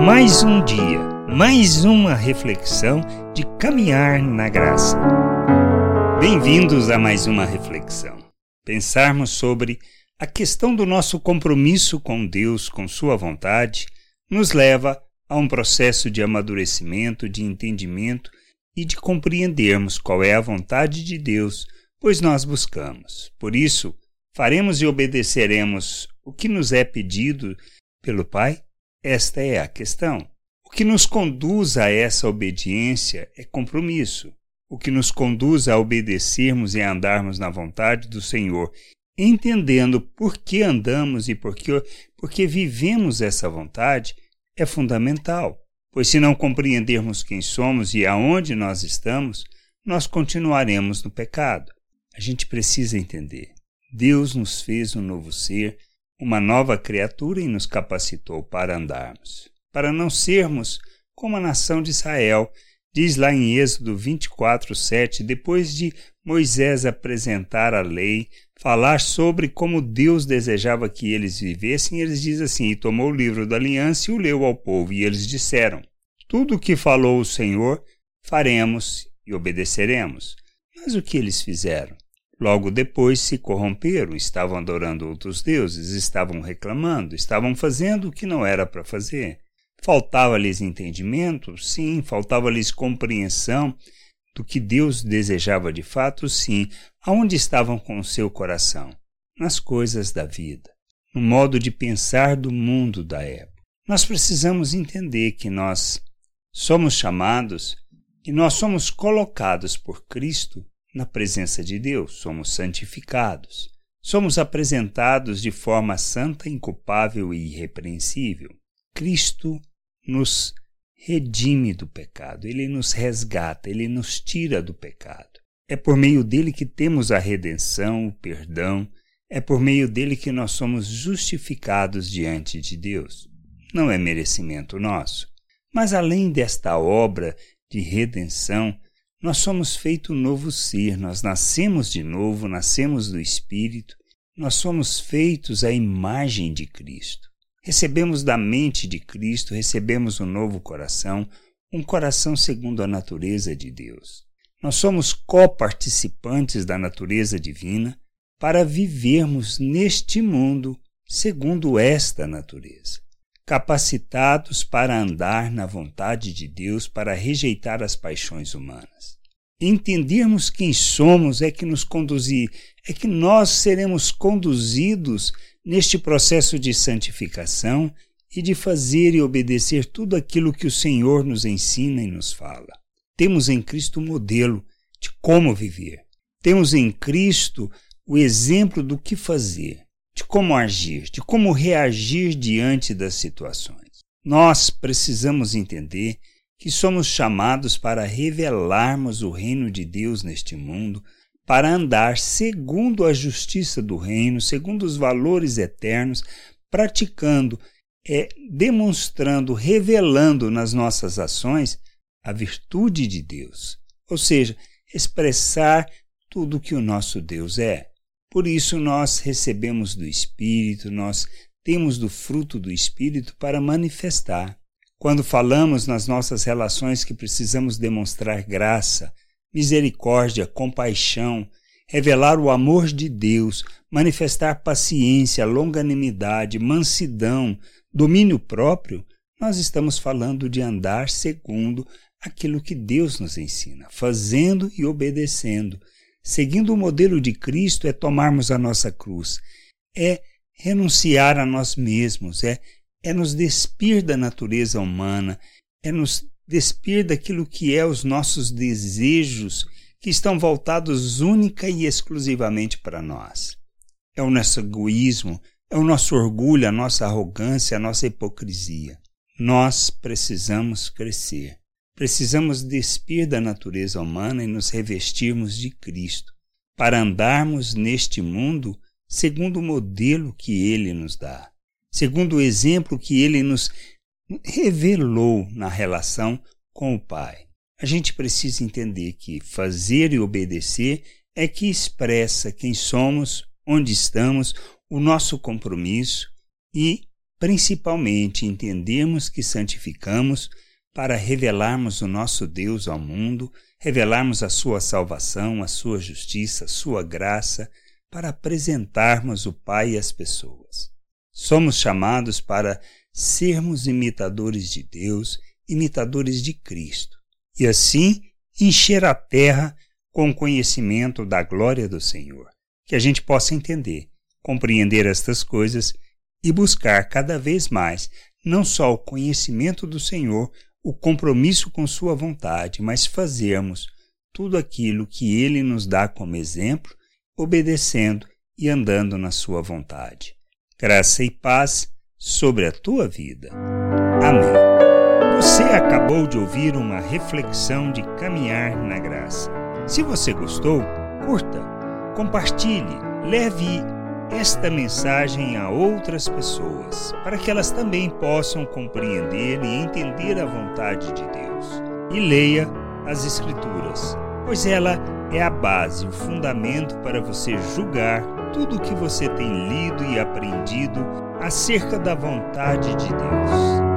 Mais um dia, mais uma reflexão de caminhar na graça. Bem-vindos a mais uma reflexão. Pensarmos sobre a questão do nosso compromisso com Deus, com Sua vontade, nos leva a um processo de amadurecimento, de entendimento e de compreendermos qual é a vontade de Deus, pois nós buscamos. Por isso, faremos e obedeceremos o que nos é pedido pelo Pai? Esta é a questão. O que nos conduz a essa obediência é compromisso. O que nos conduz a obedecermos e a andarmos na vontade do Senhor, entendendo por que andamos e por que vivemos essa vontade, é fundamental. Pois se não compreendermos quem somos e aonde nós estamos, nós continuaremos no pecado. A gente precisa entender. Deus nos fez um novo ser, uma nova criatura e nos capacitou para andarmos. Para não sermos como a nação de Israel, diz lá em Êxodo 24:7, depois de Moisés apresentar a lei, falar sobre como Deus desejava que eles vivessem, eles dizem assim: e tomou o livro da aliança e o leu ao povo, e eles disseram: tudo o que falou o Senhor, faremos e obedeceremos. Mas o que eles fizeram? Logo depois se corromperam, estavam adorando outros deuses, estavam reclamando, estavam fazendo o que não era para fazer. Faltava-lhes entendimento? Sim. Faltava-lhes compreensão do que Deus desejava de fato? Sim. Aonde estavam com o seu coração? Nas coisas da vida, no modo de pensar do mundo da época. Nós precisamos entender que nós somos chamados e nós somos colocados por Cristo na presença de Deus, somos santificados, somos apresentados de forma santa, inculpável e irrepreensível. Cristo nos redime do pecado, Ele nos resgata, Ele nos tira do pecado. É por meio dele que temos a redenção, o perdão, é por meio dele que nós somos justificados diante de Deus. Não é merecimento nosso, mas além desta obra de redenção, nós somos feito um novo ser, nós nascemos de novo, nascemos do Espírito, nós somos feitos à imagem de Cristo. Recebemos da mente de Cristo, recebemos um novo coração, um coração segundo a natureza de Deus. Nós somos coparticipantes da natureza divina para vivermos neste mundo segundo esta natureza, capacitados para andar na vontade de Deus, para rejeitar as paixões humanas. Entendermos quem somos é que nós seremos conduzidos neste processo de santificação e de fazer e obedecer tudo aquilo que o Senhor nos ensina e nos fala. Temos em Cristo o modelo de como viver. Temos em Cristo o exemplo do que fazer, de como agir, de como reagir diante das situações. Nós precisamos entender que somos chamados para revelarmos o reino de Deus neste mundo, para andar segundo a justiça do reino, segundo os valores eternos, praticando, demonstrando, revelando nas nossas ações a virtude de Deus, ou seja, expressar tudo o que o nosso Deus é. Por isso nós recebemos do Espírito, nós temos do fruto do Espírito para manifestar. Quando falamos nas nossas relações que precisamos demonstrar graça, misericórdia, compaixão, revelar o amor de Deus, manifestar paciência, longanimidade, mansidão, domínio próprio, nós estamos falando de andar segundo aquilo que Deus nos ensina, fazendo e obedecendo. Seguindo o modelo de Cristo é tomarmos a nossa cruz, é renunciar a nós mesmos, é nos despir da natureza humana, é nos despir daquilo que é os nossos desejos que estão voltados única e exclusivamente para nós. É o nosso egoísmo, é o nosso orgulho, a nossa arrogância, a nossa hipocrisia. Nós precisamos crescer. Precisamos despir da natureza humana e nos revestirmos de Cristo, para andarmos neste mundo segundo o modelo que Ele nos dá, segundo o exemplo que Ele nos revelou na relação com o Pai. A gente precisa entender que fazer e obedecer é que expressa quem somos, onde estamos, o nosso compromisso e principalmente entendermos que santificamos para revelarmos o nosso Deus ao mundo, revelarmos a sua salvação, a sua justiça, a sua graça, para apresentarmos o Pai às pessoas. Somos chamados para sermos imitadores de Deus, imitadores de Cristo, e assim encher a terra com o conhecimento da glória do Senhor, que a gente possa entender, compreender estas coisas e buscar cada vez mais não só o conhecimento do Senhor, o compromisso com sua vontade, mas fazermos tudo aquilo que Ele nos dá como exemplo, obedecendo e andando na sua vontade. Graça e paz sobre a tua vida. Amém. Você acabou de ouvir uma reflexão de caminhar na graça. Se você gostou, curta, compartilhe, leve esta mensagem a outras pessoas, para que elas também possam compreender e entender a vontade de Deus. E leia as Escrituras, pois ela é a base, o fundamento para você julgar tudo o que você tem lido e aprendido acerca da vontade de Deus.